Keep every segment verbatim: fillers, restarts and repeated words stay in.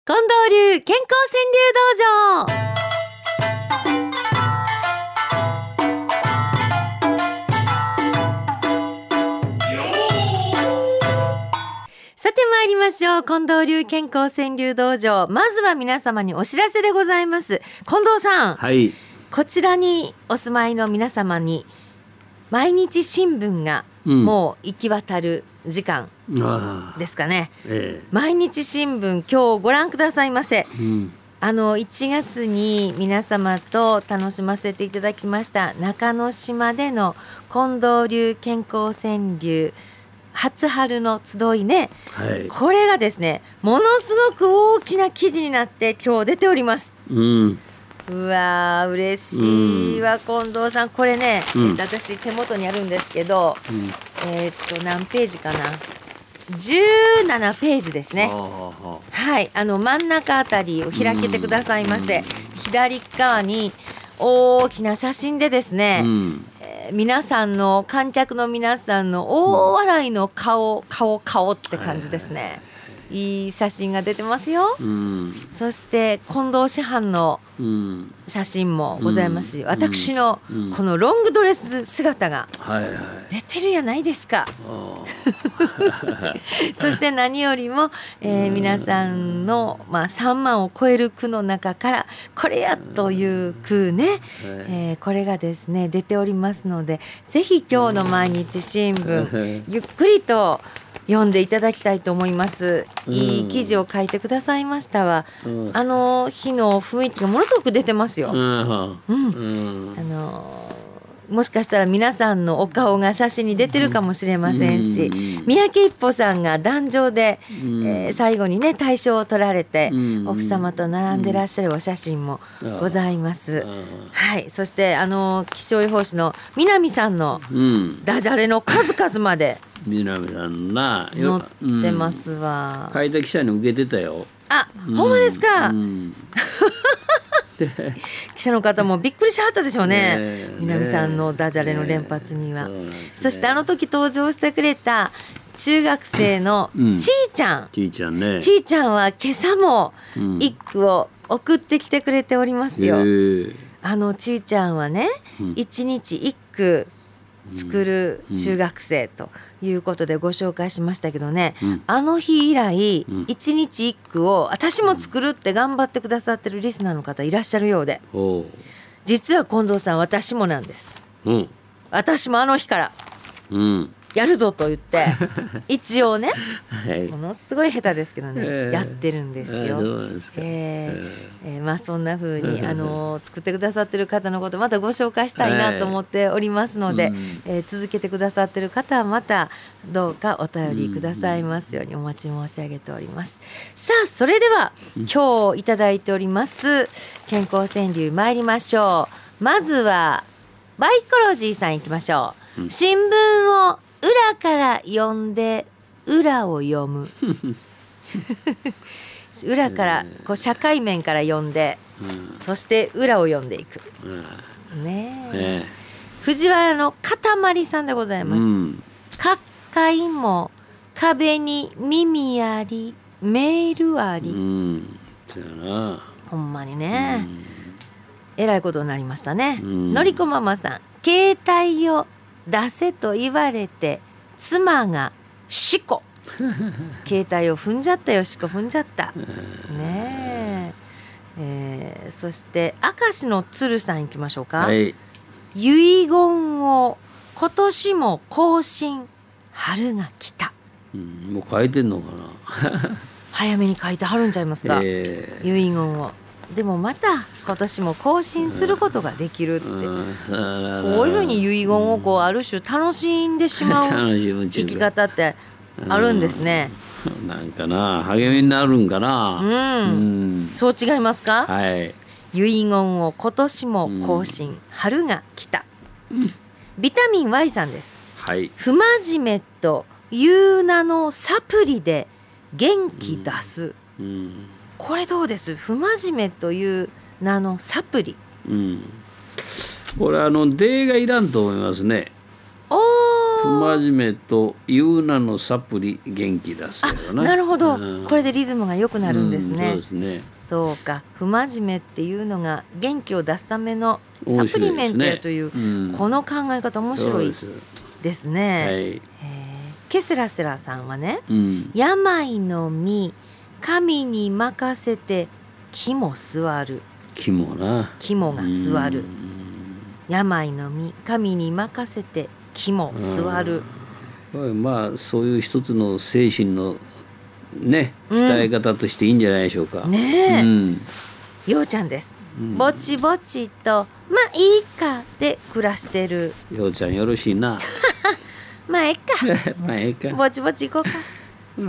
近藤流健康川柳道場。さて参りましょう。近藤流健康川柳道場、まずは皆様にお知らせでございます。近藤さん、 はい、 こちらにお住まいの皆様に毎日新聞がもう行き渡る時間ですかね、 うんええ、 毎日新聞今日ご覧くださいませ、 うん、 あのいちがつに皆様と楽しませていただきました中之島での近藤流健康川柳初春の集いね、 はい、 これがですねものすごく大きな記事になって今日出ております、 うん、 うわー嬉しいわ、うん、近藤さんこれね、 うんえー、私手元にあるんですけど、うん、えー、っと何ページかなじゅうななページですね。はい、あの真ん中あたりを開けてくださいませ、うん、左側に大きな写真でですね、うんえー、皆さんの観客の皆さんの大笑いの顔、顔顔って感じですね、いい写真が出てますよ、うん、そして近藤師範の写真もございますし、うん、私のこのロングドレス姿が出てるやないですか、そして何よりも、えー、皆さんの、まあ、さんまんを超える句の中からこれやという句ね、えー、これがですね出ておりますので、ぜひ今日の毎日新聞ゆっくりと読んでいただきたいと思います。いい記事を書いてくださいましたわ、うん、あの日の雰囲気がものすごく出てますよ、うんうんうん、あのもしかしたら皆さんのお顔が写真に出てるかもしれませんし、うん、三宅一歩さんが壇上で、うんえー、最後にね大賞を取られて、うん、奥様と並んでらっしゃるお写真もございます、うんはい、そしてあの気象予報士の南さんのダジャレの数々まで南さんな載ってますわ、 うん、海田記者に受けてたよ。 あ、うん、ほんまですか、うん記者の方もびっくりしはったでしょうね、ね南さんのダジャレの連発には、ねね、そしてあの時登場してくれた中学生のちーちゃん、うん、 ちーちゃんね、 ちーちゃんは今朝も一句を送ってきてくれておりますよ、うん、あのちーちゃんはね、うん、一日一句作る中学生ということでご紹介しましたけどね、うん、あの日以来一日一句を私も作るって頑張ってくださってるリスナーの方いらっしゃるようで、うん、実は近藤さん私もなんです、うん、私もあの日から、うんやるぞと言って一応ね、はい、ものすごい下手ですけどね、えー、やってるんですよ、えーえー、まあそんな風にあの作ってくださってる方のことまたご紹介したいなと思っておりますので、はいえー、続けてくださってる方はまたどうかお便りくださいますようにお待ち申し上げております。さあそれでは今日いただいております健康川柳参りましょう。まずはバイコロジーさんいきましょう、うん、新聞を裏から読んで裏を読む裏からこう社会面から読んで、うん、そして裏を読んでいく、うん、ねえ、ね藤原のかたまりさんでございます、うん、各界も壁に耳ありメールあり、うん、なほんまにね、うん、えらいことになりましたね、うん、のりこママさん携帯を出せと言われて妻がしこ携帯を踏んじゃったよしこ踏んじゃったねえ、えー、そして明石の鶴さんいきましょうか、はい、遺言を今年も更新春が来た、 うん、もう書いてんのかな早めに書いてはるんちゃいますか、えー、遺言をでもまた今年も更新することができるって、うん、こういうふうに遺言をこうある種楽しんでしまう生き方ってあるんですね、 うん、なんかな励みになるんかな、うんうん、そう違いますか、 はい、 遺言を今年も更新、うん、春が来た、うん、ビタミン Y さんです、はい、不真面目という名のサプリで元気出す、うんうんこれどうです不真面目という名のサプリ、うん、 これあのデーがいらんと思いますね。 お不真面目と言うなのサプリ元気出すよな。 なるほど、 うん、 これでリズムが良くなるんですね、 うん、そうですね。 そうか、不真面目っていうのが元気を出すためのサプリメントやという、ね、うん、この考え方面白いですね。はい、ケセラセラさんはね、うん、病の実神に任せて肝座る。 肝な。 肝が座る。病の実神に任せて肝座る。 まあそういう一つの精神のね、伝え方としていいんじゃないでしょうか。 うん、ねえ、うん、ようちゃんです、うん、ぼちぼちとまあいいかで暮らしてる。 ようちゃんよろしいな。 まあええかまあええか、 ぼちぼち行こうか、うん、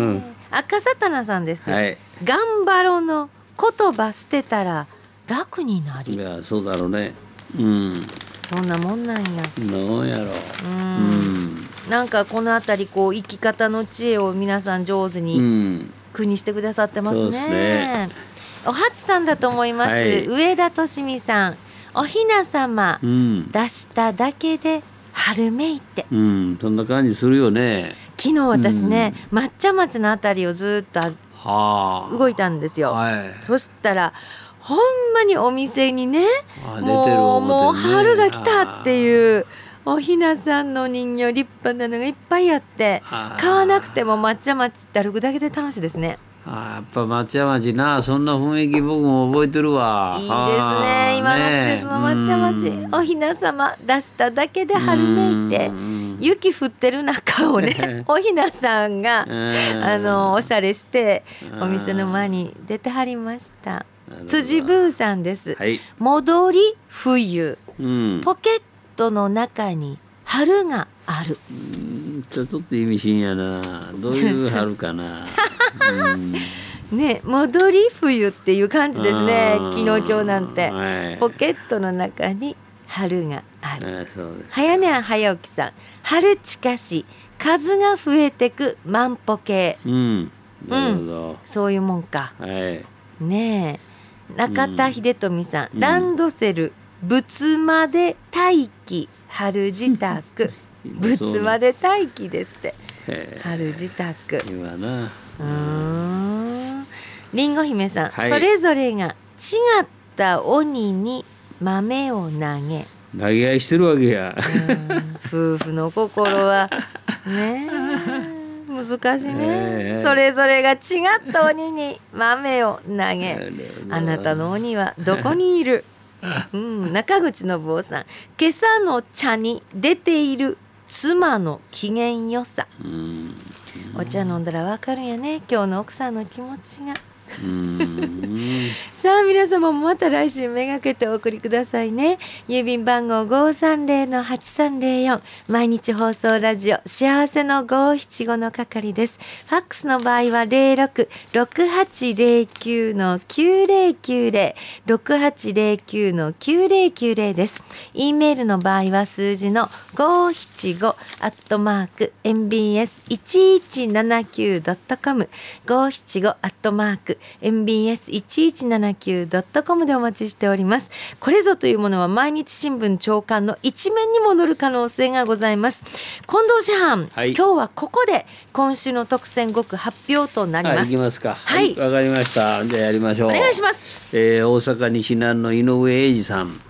ね、赤サタナさんです、はい、頑張ろの言葉捨てたら楽になり。 いやそうだろうね、うん、 そんなもんなんや。 なんやろう、うん、 うんなんかこのあたりこう生き方の知恵を皆さん上手に句にしてくださってますね。うん、そうですね。おはつさんだと思います、はい、上田としみさん、おひなさま、うん、出しただけで春めいて、 うん、そんな感じするよね。 昨日私ね、うん、抹茶町のあたりをずっと動いたんですよ、はい、そしたらほんまにお店にね、もう、もう春が来たっていうおひなさんの人形立派なのがいっぱいあって、買わなくても抹茶町って歩くだけで楽しいですね。 あやっぱ抹茶町な、そんな雰囲気僕も覚えてるわ。 いいですね、今の季節の抹茶町、ね、おひなさま出しただけで春めいて、雪降ってる中をねおひなさんがあのおしゃれしてお店の前に出てはりました。辻ブーさんです、はい、戻り冬、うん、ポケットの中に春がある。 うんちょっと意味深やな。どういう春かな。うんね、戻り冬っていう感じですね。昨日今日なんて、はい、ポケットの中に春がある。あそうです。早寝早起きさん、春近し数が増えてく万歩計、うん、なるほど、うん、そういうもんか、はい、ねえ。中田秀富さん、うん、ランドセル仏間で待機春支度仏間で待機ですって。春支度今な。 うーんりんご姫さん、はい、それぞれが違った鬼に豆を投げ投げ合いしてるわけや。 夫婦の心はねえ難しいね、えー、それぞれが違った鬼に豆を投げあなたの鬼はどこにいる、うん、中口信夫さん、今朝の茶に出ている妻の機嫌よさ、うん、お茶飲んだらわかるんやね、今日の奥さんの気持ちが。うんさあ皆様もまた来週めがけてお送りくださいね。郵便番号 ごーさんぜろのはちさんぜろよん 毎日放送ラジオ幸せのごーしちごの係です。ファックスの場合は ゼロろく ろくはちゼロきゅう のきゅうぜろきゅうぜろ ろくはちゼロきゅう のきゅうぜろきゅうぜろです。 E メールの場合は数字のごーななごアットマーク エムビーエスいちいちななきゅうドットコム ごーななごアットマークエムビーエスいちいちななきゅうドットコム でお待ちしております。これぞというものは毎日新聞朝刊の一面にも載る可能性がございます。近藤師範、はい、今日はここで今週の特選ごく発表となります。 はい、いきますか。はい、わ、はい、かりました。じゃあやりましょう。 お願いします。 えー、大阪西南の井上英二さん。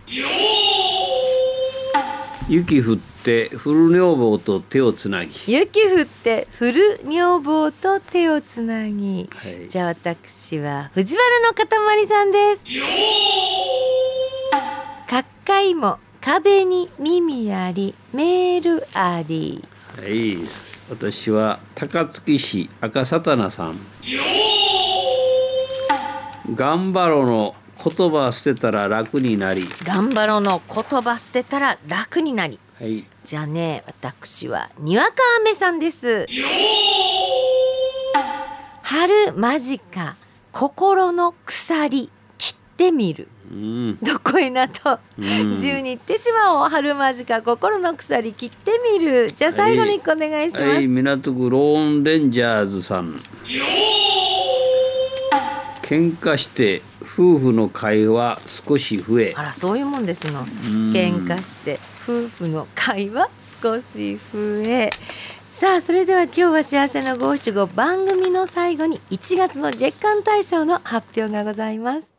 雪降って古女房と手をつなぎ。 雪降って古女房と手をつなぎ、はい、じゃあ私は藤原のかたまりさんです。各界も壁に耳ありメールあり。 はい、私は高槻市赤サタナさん。頑張ろの言葉捨てたら楽になり。 頑張ろの言葉捨てたら楽になり、はい、じゃあね、私はにわか雨さんです。春間近心の鎖切ってみる、うん、どこへなと、うん、自由に行ってしまおう。春間近心の鎖切ってみる。じゃあ最後にお願いします。はいはい、 港区ローンレンジャーズさん。 喧嘩して夫婦の会話少し増え。 あら、そういうもんですの。喧嘩して夫婦の会話少し増え。さあ、それでは今日は幸せの五七五番組の最後にいちがつの月間大賞の発表がございます。